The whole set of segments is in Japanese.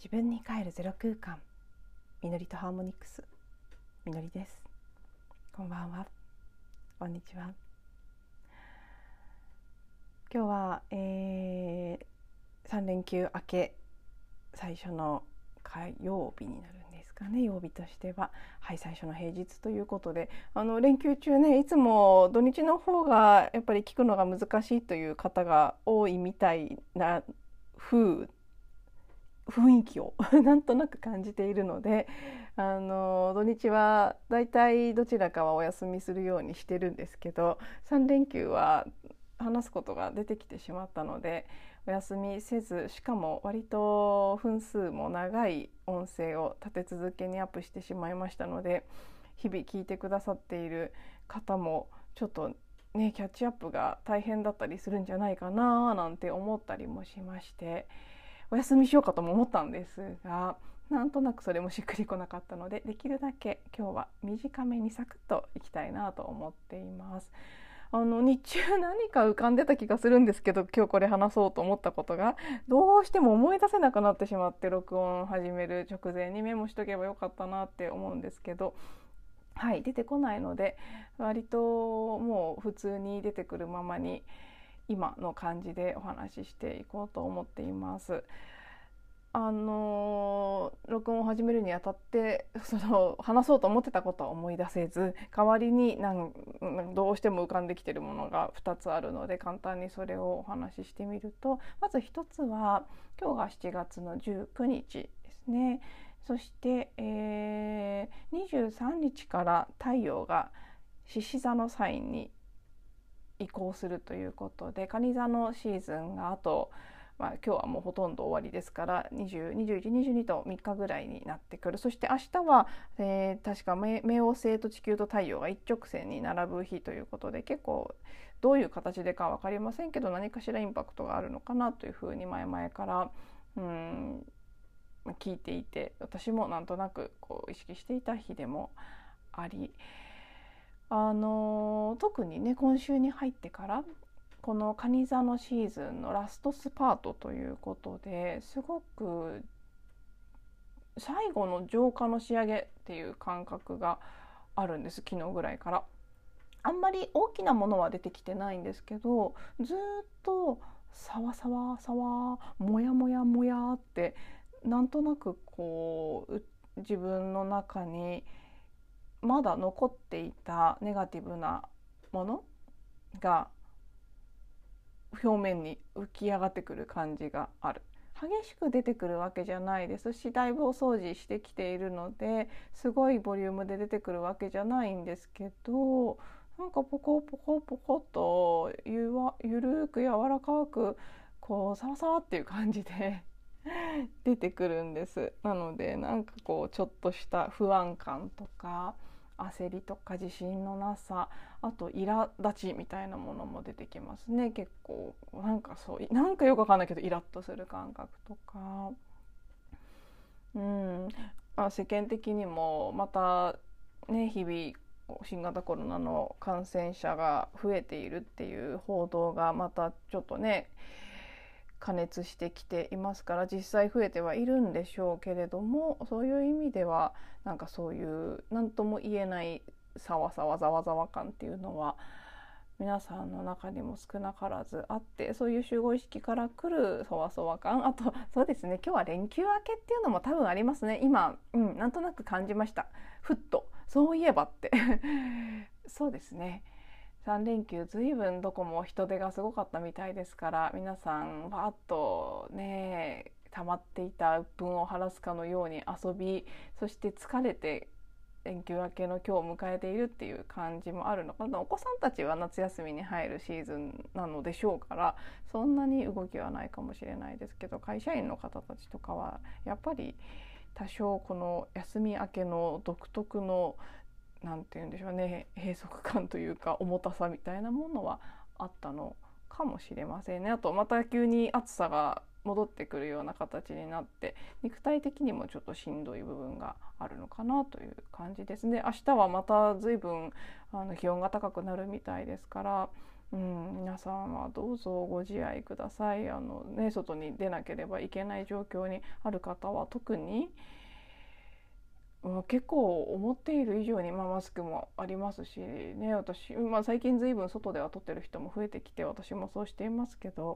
自分に帰るゼロ空間、みのりとハーモニクス、みのりです。こんばんは、こんにちは。今日は、3連休明け最初の火曜日になるんですかね。曜日としては最初の平日ということで、連休中ね、いつも土日の方がやっぱり聞くのが難しいという方が多いみたいな雰囲気をなんとなく感じているので、土日はだいたいどちらかはお休みするようにしてるんですけど、3連休は話すことが出てきてしまったのでお休みせず、しかも割と分数も長い音声を立て続けにアップしてしまいましたので、日々聞いてくださっている方もちょっとね、キャッチアップが大変だったりするんじゃないかななんて思ったりもしまして、お休みしようかとも思ったんですが、なんとなくそれもしっくりこなかったので、できるだけ今日は短めにサクッといきたいなと思っています。日中何か浮かんでた気がするんですけど、今日これ話そうと思ったことがどうしても思い出せなくなってしまって、録音始める直前にメモしとけばよかったなって思うんですけど、出てこないので、割ともう普通に出てくるままに今の感じでお話ししていこうと思っています。録音を始めるにあたって話そうと思ってたことは思い出せず、代わりにどうしても浮かんできているものが2つあるので、簡単にそれをお話ししてみると、まず1つは今日が7月の19日ですね。そして、23日から太陽が獅子座のサインに移行するということで、蟹座のシーズンがあと、今日はもうほとんど終わりですから、20、21、22と3日ぐらいになってくる。そして明日は、確か冥王星と地球と太陽が一直線に並ぶ日ということで、結構どういう形でか分かりませんけど、何かしらインパクトがあるのかなというふうに前々から聞いていて、私もなんとなく意識していた日でもあり、特にね、今週に入ってからこの蟹座のシーズンのラストスパートということで、すごく最後の浄化の仕上げっていう感覚があるんです。昨日ぐらいからあんまり大きなものは出てきてないんですけど、ずっとサワサワサワモヤモヤモヤってなんとなく自分の中にまだ残っていたネガティブなものが表面に浮き上がってくる感じがある。激しく出てくるわけじゃないですし、だいぶお掃除してきているのですごいボリュームで出てくるわけじゃないんですけど、なんかポコポコポコとゆるく柔らかくサワサワっていう感じで出てくるんです。なのでなんかちょっとした不安感とか焦りとか自信のなさ、あと苛立ちみたいなものも出てきますね。結構なんかよくわかんないけどイラッとする感覚とか、世間的にもまたね、日々新型コロナの感染者が増えているっていう報道がまたちょっとね加熱してきていますから、実際増えてはいるんでしょうけれども、そういう意味ではなんかそういう何とも言えないさわさわざわざわ感っていうのは皆さんの中にも少なからずあって、そういう集合意識から来るそわそわ感、あとそうですね、今日は連休明けっていうのも多分ありますね。今、なんとなく感じました。ふっとそういえばってそうですね、3連休ずいぶんどこも人出がすごかったみたいですから、皆さんバーッとね溜まっていた鬱憤を晴らすかのように遊び、そして疲れて連休明けの今日を迎えているっていう感じもあるのかな。お子さんたちは夏休みに入るシーズンなのでしょうから、そんなに動きはないかもしれないですけど、会社員の方たちとかはやっぱり多少この休み明けの独特のなんて言うんでしょうね、閉塞感というか重たさみたいなものはあったのかもしれませんね。あとまた急に暑さが戻ってくるような形になって、肉体的にもちょっとしんどい部分があるのかなという感じですね。明日はまた随分気温が高くなるみたいですから、 皆さんはどうぞご自愛ください。外に出なければいけない状況にある方は特に、結構思っている以上に、マスクもありますしね、私、最近ずいぶん外では撮ってる人も増えてきて、私もそうしていますけど、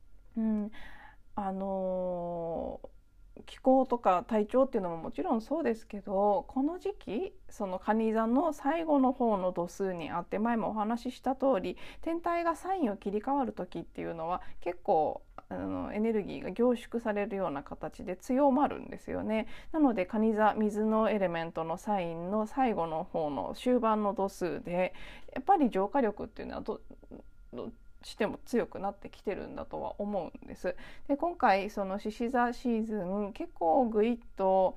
気候とか体調っていうのももちろんそうですけど、この時期その蟹座の最後の方の度数にあって、前もお話しした通り天体がサインを切り替わる時っていうのは結構エネルギーが凝縮されるような形で強まるんですよね。なので蟹座、水のエレメントのサインの最後の方の終盤の度数でやっぱり浄化力っていうのはどしても強くなってきてるんだとは思うんです。で、今回その獅子座シーズン結構ぐいっと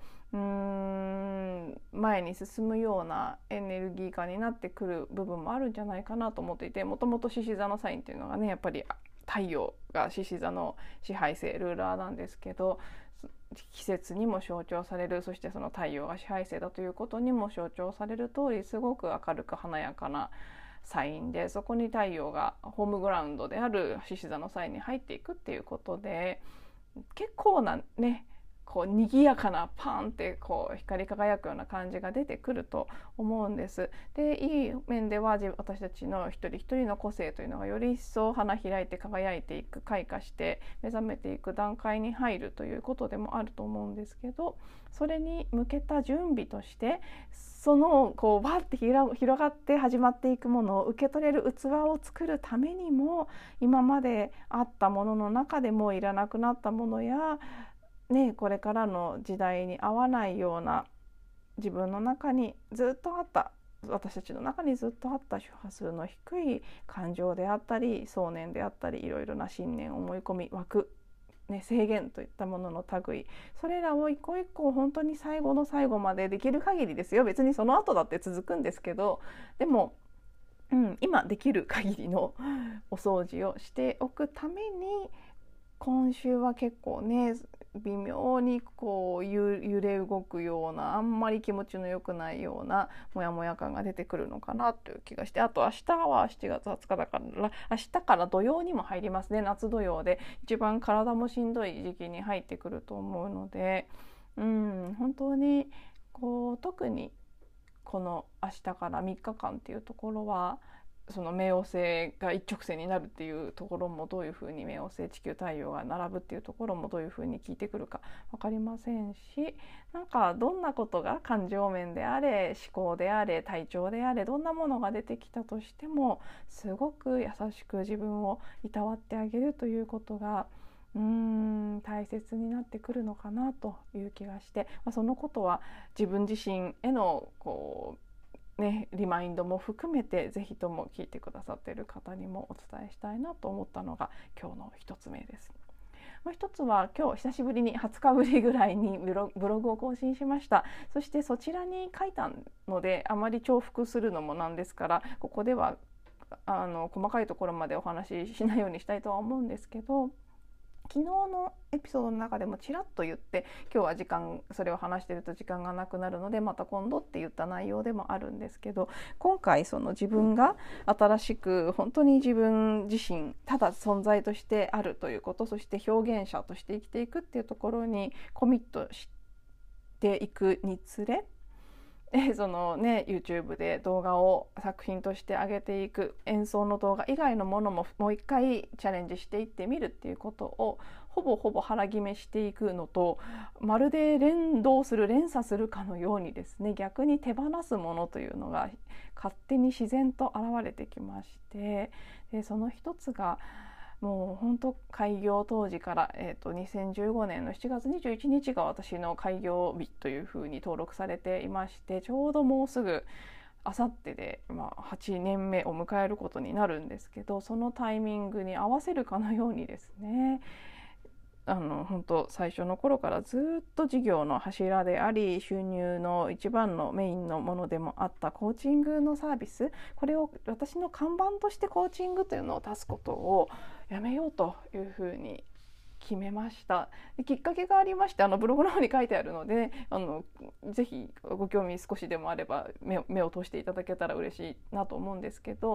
前に進むようなエネルギー化になってくる部分もあるんじゃないかなと思っていて、もともと獅子座のサインっていうのがね、やっぱり太陽が獅子座の支配性ルーラーなんですけど、季節にも象徴される、そしてその太陽が支配性だということにも象徴される通り、すごく明るく華やかなサインで、そこに太陽がホームグラウンドである獅子座のサインに入っていくっていうことで、結構なね、こう賑やかなパーンってこう光り輝くような感じが出てくると思うんです。で、いい面では私たちの一人一人の個性というのがより一層花開いて輝いていく、開花して目覚めていく段階に入るということでもあると思うんですけど、それに向けた準備としてそのこうバッて広がって始まっていくものを受け取れる器を作るためにも、今まであったものの中でもいらなくなったものやこれからの時代に合わないような、自分の中にずっとあった、私たちの中にずっとあった周波数の低い感情であったり想念であったり、いろいろな信念、思い込み、枠、制限といったものの類、それらを一個一個本当に最後の最後までできる限りですよ、別にその後だって続くんですけど、でも、今できる限りのお掃除をしておくために、今週は結構ね微妙にこう揺れ動くような、あんまり気持ちの良くないようなモヤモヤ感が出てくるのかなという気がして、あと明日は7月20日だから、明日から土曜にも入りますね。夏土曜で一番体もしんどい時期に入ってくると思うので、本当にこう特にこの明日から3日間っていうところは、その冥王星が一直線になるっていうところもどういうふうに冥王星地球太陽が並ぶっていうところもどういうふうに効いてくるか分かりませんし、なんかどんなことが感情面であれ思考であれ体調であれ、どんなものが出てきたとしてもすごく優しく自分をいたわってあげるということが大切になってくるのかなという気がして、そのことは自分自身へのリマインドも含めて、ぜひとも聞いてくださっている方にもお伝えしたいなと思ったのが今日の一つ目です。もう一つは、今日久しぶりに20日ぶりぐらいにブログを更新しました。そしてそちらに書いたので、あまり重複するのもなんですから、ここでは細かいところまでお話ししないようにしたいとは思うんですけど、昨日のエピソードの中でもちらっと言って、今日はそれを話していると時間がなくなるのでまた今度って言った内容でもあるんですけど、今回その自分が新しく本当に自分自身ただ存在としてあるということ、そして表現者として生きていくっていうところにコミットしていくにつれ、そのYouTube で動画を作品として上げていく、演奏の動画以外のものももう一回チャレンジしていってみるっていうことをほぼ腹決めしていくのと、まるで連鎖するかのようにですね、逆に手放すものというのが勝手に自然と現れてきまして、その一つがもう本当開業当時から、2015年の7月21日が私の開業日というふうに登録されていまして、ちょうどもうすぐあさってで、8年目を迎えることになるんですけど、そのタイミングに合わせるかのようにですね、本当最初の頃からずっと事業の柱であり、収入の一番のメインのものでもあったコーチングのサービス、これを私の看板としてコーチングというのを出すことをやめようというふうに決めました。きっかけがありまして、ブログの方に書いてあるので、ぜひご興味少しでもあれば目を通していただけたら嬉しいなと思うんですけど、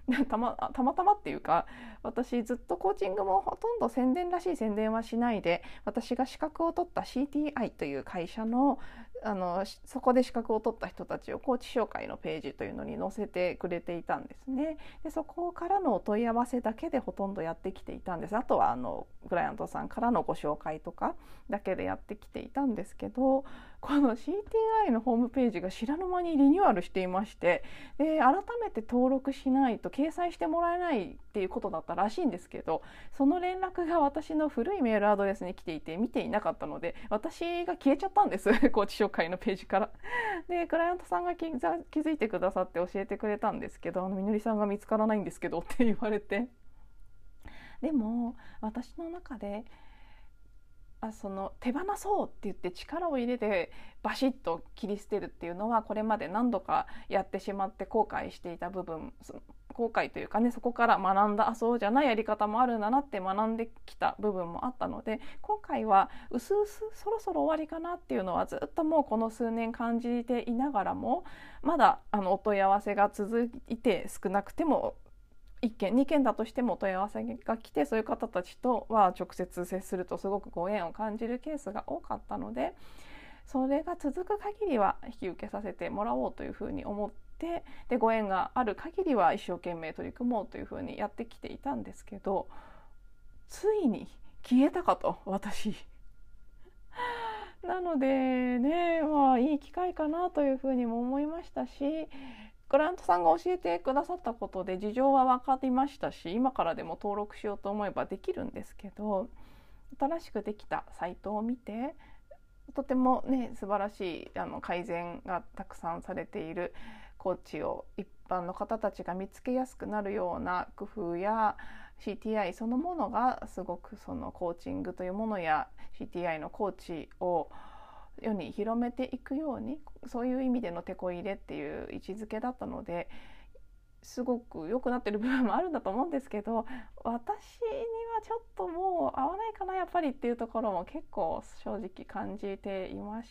たまたまっていうか、私ずっとコーチングもほとんど宣伝らしい宣伝はしないで、私が資格を取った CTI という会社のそこで資格を取った人たちをコーチ紹介のページというのに載せてくれていたんですね。でそこからのお問い合わせだけでほとんどやってきていたんです。あとはクライアントさんからのご紹介とかだけでやってきていたんですけど、この CTI のホームページが知らぬ間にリニューアルしていまして、で改めて登録しないと掲載してもらえないっていうことだったらしいんですけど、その連絡が私の古いメールアドレスに来ていて見ていなかったので、私が消えちゃったんですコーチ紹介のページから。でクライアントさんが気づいてくださって教えてくれたんですけど、みのりさんが見つからないんですけどって言われて、でも私の中でその手放そうって言って力を入れてバシッと切り捨てるっていうのは、これまで何度かやってしまって後悔していた部分、後悔というかね、そこから学んだ、そうじゃないやり方もあるんだなって学んできた部分もあったので、今回はうすうすそろそろ終わりかなっていうのはずっともうこの数年感じていながらも、まだお問い合わせが続いて、少なくても1件2件だとしてもお問い合わせが来て、そういう方たちとは直接接するとすごくご縁を感じるケースが多かったので、それが続く限りは引き受けさせてもらおうというふうに思って、でご縁がある限りは一生懸命取り組もうというふうにやってきていたんですけど、ついに消えたかと、私なのでね、いい機会かなというふうにも思いましたし、クライアントさんが教えてくださったことで事情は分かりましたし、今からでも登録しようと思えばできるんですけど、新しくできたサイトを見て、とてもね素晴らしい改善がたくさんされている、コーチを一般の方たちが見つけやすくなるような工夫や CTI そのものがすごくそのコーチングというものや CTI のコーチを世に広めていくように、そういう意味でのテこ入れっていう位置づけだったので、すごく良くなってる部分もあるんだと思うんですけど、私にはちょっともう合わないかなやっぱりっていうところも結構正直感じていまして、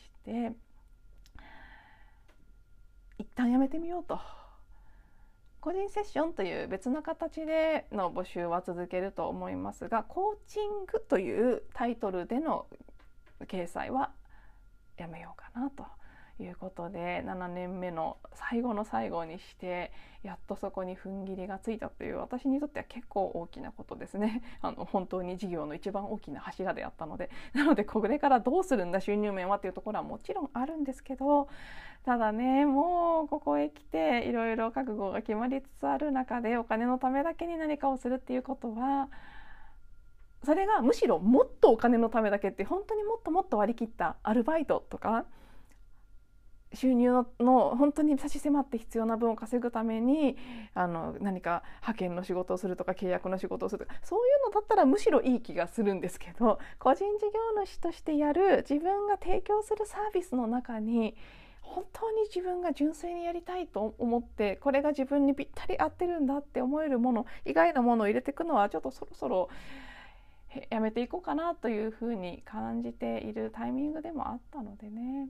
一旦やめてみようと。個人セッションという別の形での募集は続けると思いますが、コーチングというタイトルでの掲載はやめようかなということで、7年目の最後の最後にしてやっとそこに踏ん切りがついたという、私にとっては結構大きなことですね。本当に事業の一番大きな柱であったので、なのでこれからどうするんだ収入面はっていうところはもちろんあるんですけど、ただね、もうここへ来ていろいろ覚悟が決まりつつある中で、お金のためだけに何かをするっていうことは、それがむしろもっとお金のためだけって、本当にもっともっと割り切ったアルバイトとか収入の本当に差し迫って必要な分を稼ぐために何か派遣の仕事をするとか契約の仕事をするとか、そういうのだったらむしろいい気がするんですけど、個人事業主としてやる自分が提供するサービスの中に本当に自分が純粋にやりたいと思って、これが自分にぴったり合ってるんだって思えるもの以外のものを入れていくのはちょっとそろそろやめていこうかなというふうに感じているタイミングでもあったのでね、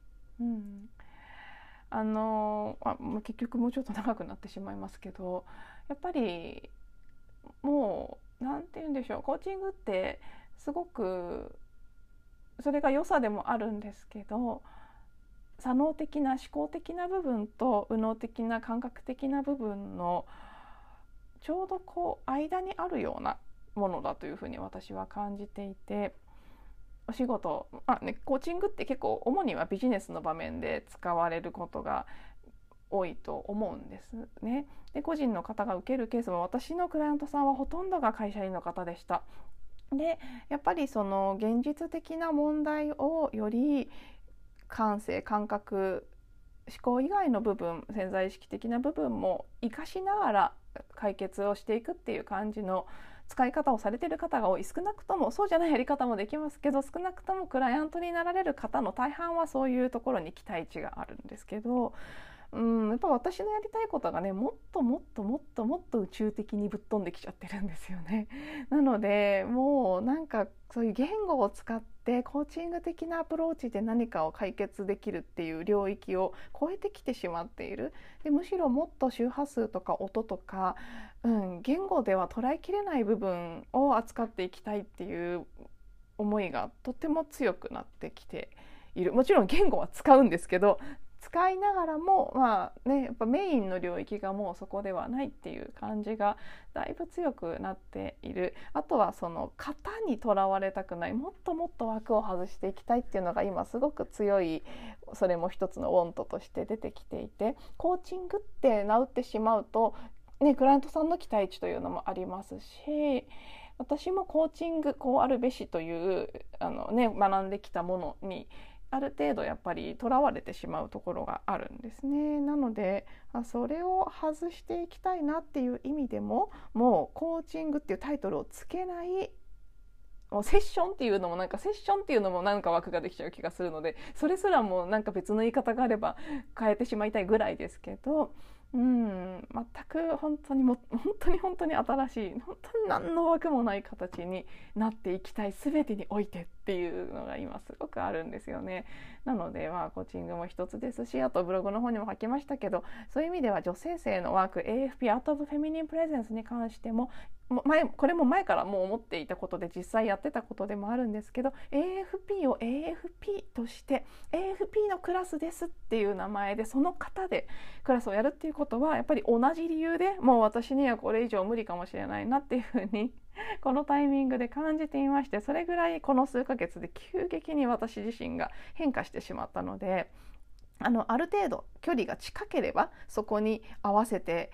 結局もうちょっと長くなってしまいますけど、やっぱりもうなんて言うんでしょう、コーチングってすごくそれが良さでもあるんですけど、左脳的な思考的な部分と右脳的な感覚的な部分のちょうど間にあるようなものだというふうに私は感じていて、お仕事、コーチングって結構主にはビジネスの場面で使われることが多いと思うんですね。で個人の方が受けるケースも、私のクライアントさんはほとんどが会社員の方でした。でやっぱりその現実的な問題をより感性感覚思考以外の部分、潜在意識的な部分も生かしながら解決をしていくっていう感じの使い方をされている方が多い。少なくともそうじゃないやり方もできますけど、少なくともクライアントになられる方の大半はそういうところに期待値があるんですけど、 やっぱ私のやりたいことがね、もっともっともっともっと宇宙的にぶっ飛んできちゃってるんですよね。なのでもうなんかそういう言語を使ってコーチング的なアプローチで何かを解決できるっていう領域を超えてきてしまっている。でむしろもっと周波数とか音とか、言語では捉えきれない部分を扱っていきたいっていう思いがとても強くなってきている。もちろん言語は使うんですけど、使いながらもやっぱメインの領域がもうそこではないっていう感じがだいぶ強くなっている。あとはその型にとらわれたくない、もっともっと枠を外していきたいっていうのが今すごく強い、それも一つのウォントとして出てきていて、コーチングって名打ってしまうとクライアントさんの期待値というのもありますし、私もコーチングこうあるべしという学んできたものにある程度やっぱりとらわれてしまうところがあるんですね。なのでそれを外していきたいなっていう意味でも、もうコーチングっていうタイトルをつけない、もうセッションっていうのもなんか枠ができちゃう気がするので、それすらもなんか別の言い方があれば変えてしまいたいぐらいですけど、全く本当に新しい、本当に何の枠もない形になっていきたい、全てにおいてっていうのが今すごくあるんですよね。なのでコーチングも一つですし、あとブログの方にも書きましたけど、そういう意味では女性性のワーク AFP アートオブフェミニンプレゼンスに関してもこれも前からもう思っていたことで実際やってたことでもあるんですけど、 AFP を AFP として AFP のクラスですっていう名前でその方でクラスをやるっていうことは、やっぱり同じ理由でもう私にはこれ以上無理かもしれないなっていうふうにこのタイミングで感じていまして、それぐらいこの数ヶ月で急激に私自身が変化してしまったので、ある程度距離が近ければそこに合わせて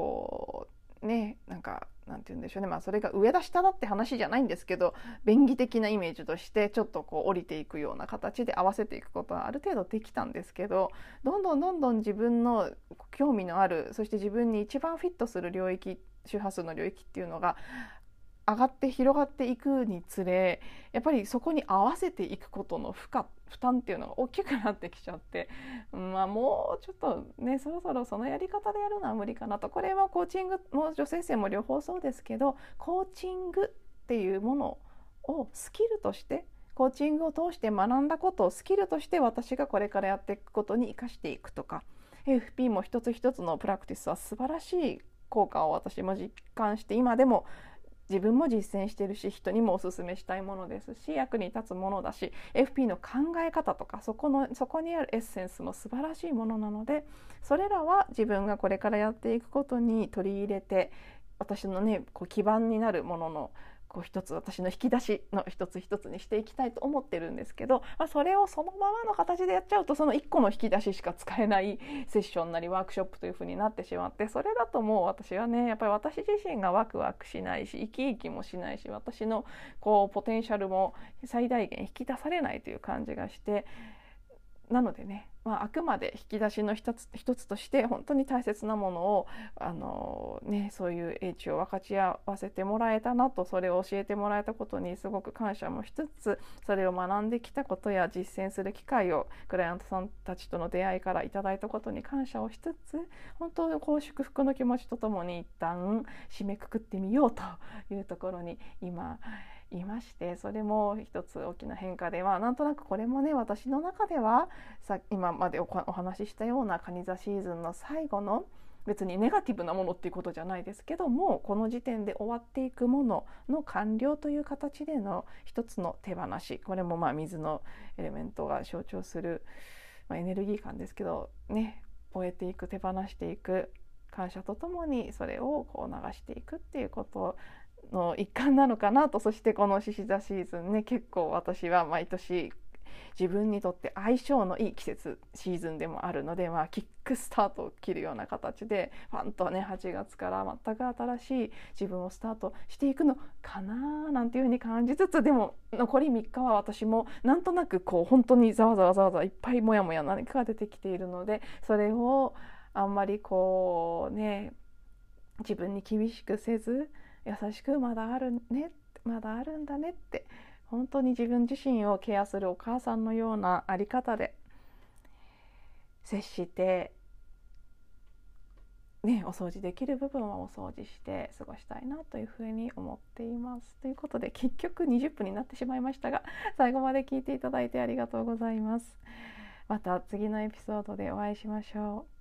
なんて言うんでしょうね、それが上だ下だって話じゃないんですけど、便宜的なイメージとしてちょっと降りていくような形で合わせていくことはある程度できたんですけど、どんどん自分の興味のある、そして自分に一番フィットする領域、周波数の領域っていうのが上がって広がっていくにつれ、やっぱりそこに合わせていくことの負担っていうのが大きくなってきちゃって、もうちょっとね、そろそろそのやり方でやるのは無理かなと。これはコーチングも女性性も両方そうですけど、コーチングっていうものをスキルとして、コーチングを通して学んだことをスキルとして私がこれからやっていくことに生かしていくとか、 AFP も一つ一つのプラクティスは素晴らしい効果を私も実感して、今でも自分も実践しているし、人にもおすすめしたいものですし、役に立つものだし、 FP の考え方とかそこにあるエッセンスも素晴らしいものなので、それらは自分がこれからやっていくことに取り入れて、私の基盤になるものの一つ、私の引き出しの一つ一つにしていきたいと思ってるんですけど、それをそのままの形でやっちゃうと、その1個の引き出ししか使えないセッションなりワークショップという風になってしまって、それだともう私はやっぱり私自身がワクワクしないし、生き生きもしないし、私のポテンシャルも最大限引き出されないという感じがして、なのであくまで引き出しの一つとして本当に大切なものをそういう英知を分かち合わせてもらえたなと、それを教えてもらえたことにすごく感謝もしつつ、それを学んできたことや実践する機会をクライアントさんたちとの出会いからいただいたことに感謝をしつつ、本当に祝福の気持ちとともに一旦締めくくってみようというところに今いまして、それも一つ大きな変化では、なんとなくこれも私の中では今までお話ししたような蟹座シーズンの最後の、別にネガティブなものっていうことじゃないですけども、この時点で終わっていくものの完了という形での一つの手放し、これも水のエレメントが象徴する、エネルギー感ですけど終えていく、手放していく、感謝とともにそれを流していくっていうことの一環なのかなと。そしてこの獅子座シーズン結構私は毎年自分にとって相性のいい季節シーズンでもあるので、キックスタートを切るような形でファンと8月から全く新しい自分をスタートしていくのかななんていう風に感じつつ、でも残り3日は私もなんとなく本当にざわざわいっぱいモヤモヤ何かが出てきているので、それをあんまり自分に厳しくせず、優しくまだあるね、まだあるんだねって、本当に自分自身をケアするお母さんのようなあり方で接してね、お掃除できる部分はお掃除して過ごしたいなというふうに思っています。ということで結局20分になってしまいましたが、最後まで聞いていただいてありがとうございます。また次のエピソードでお会いしましょう。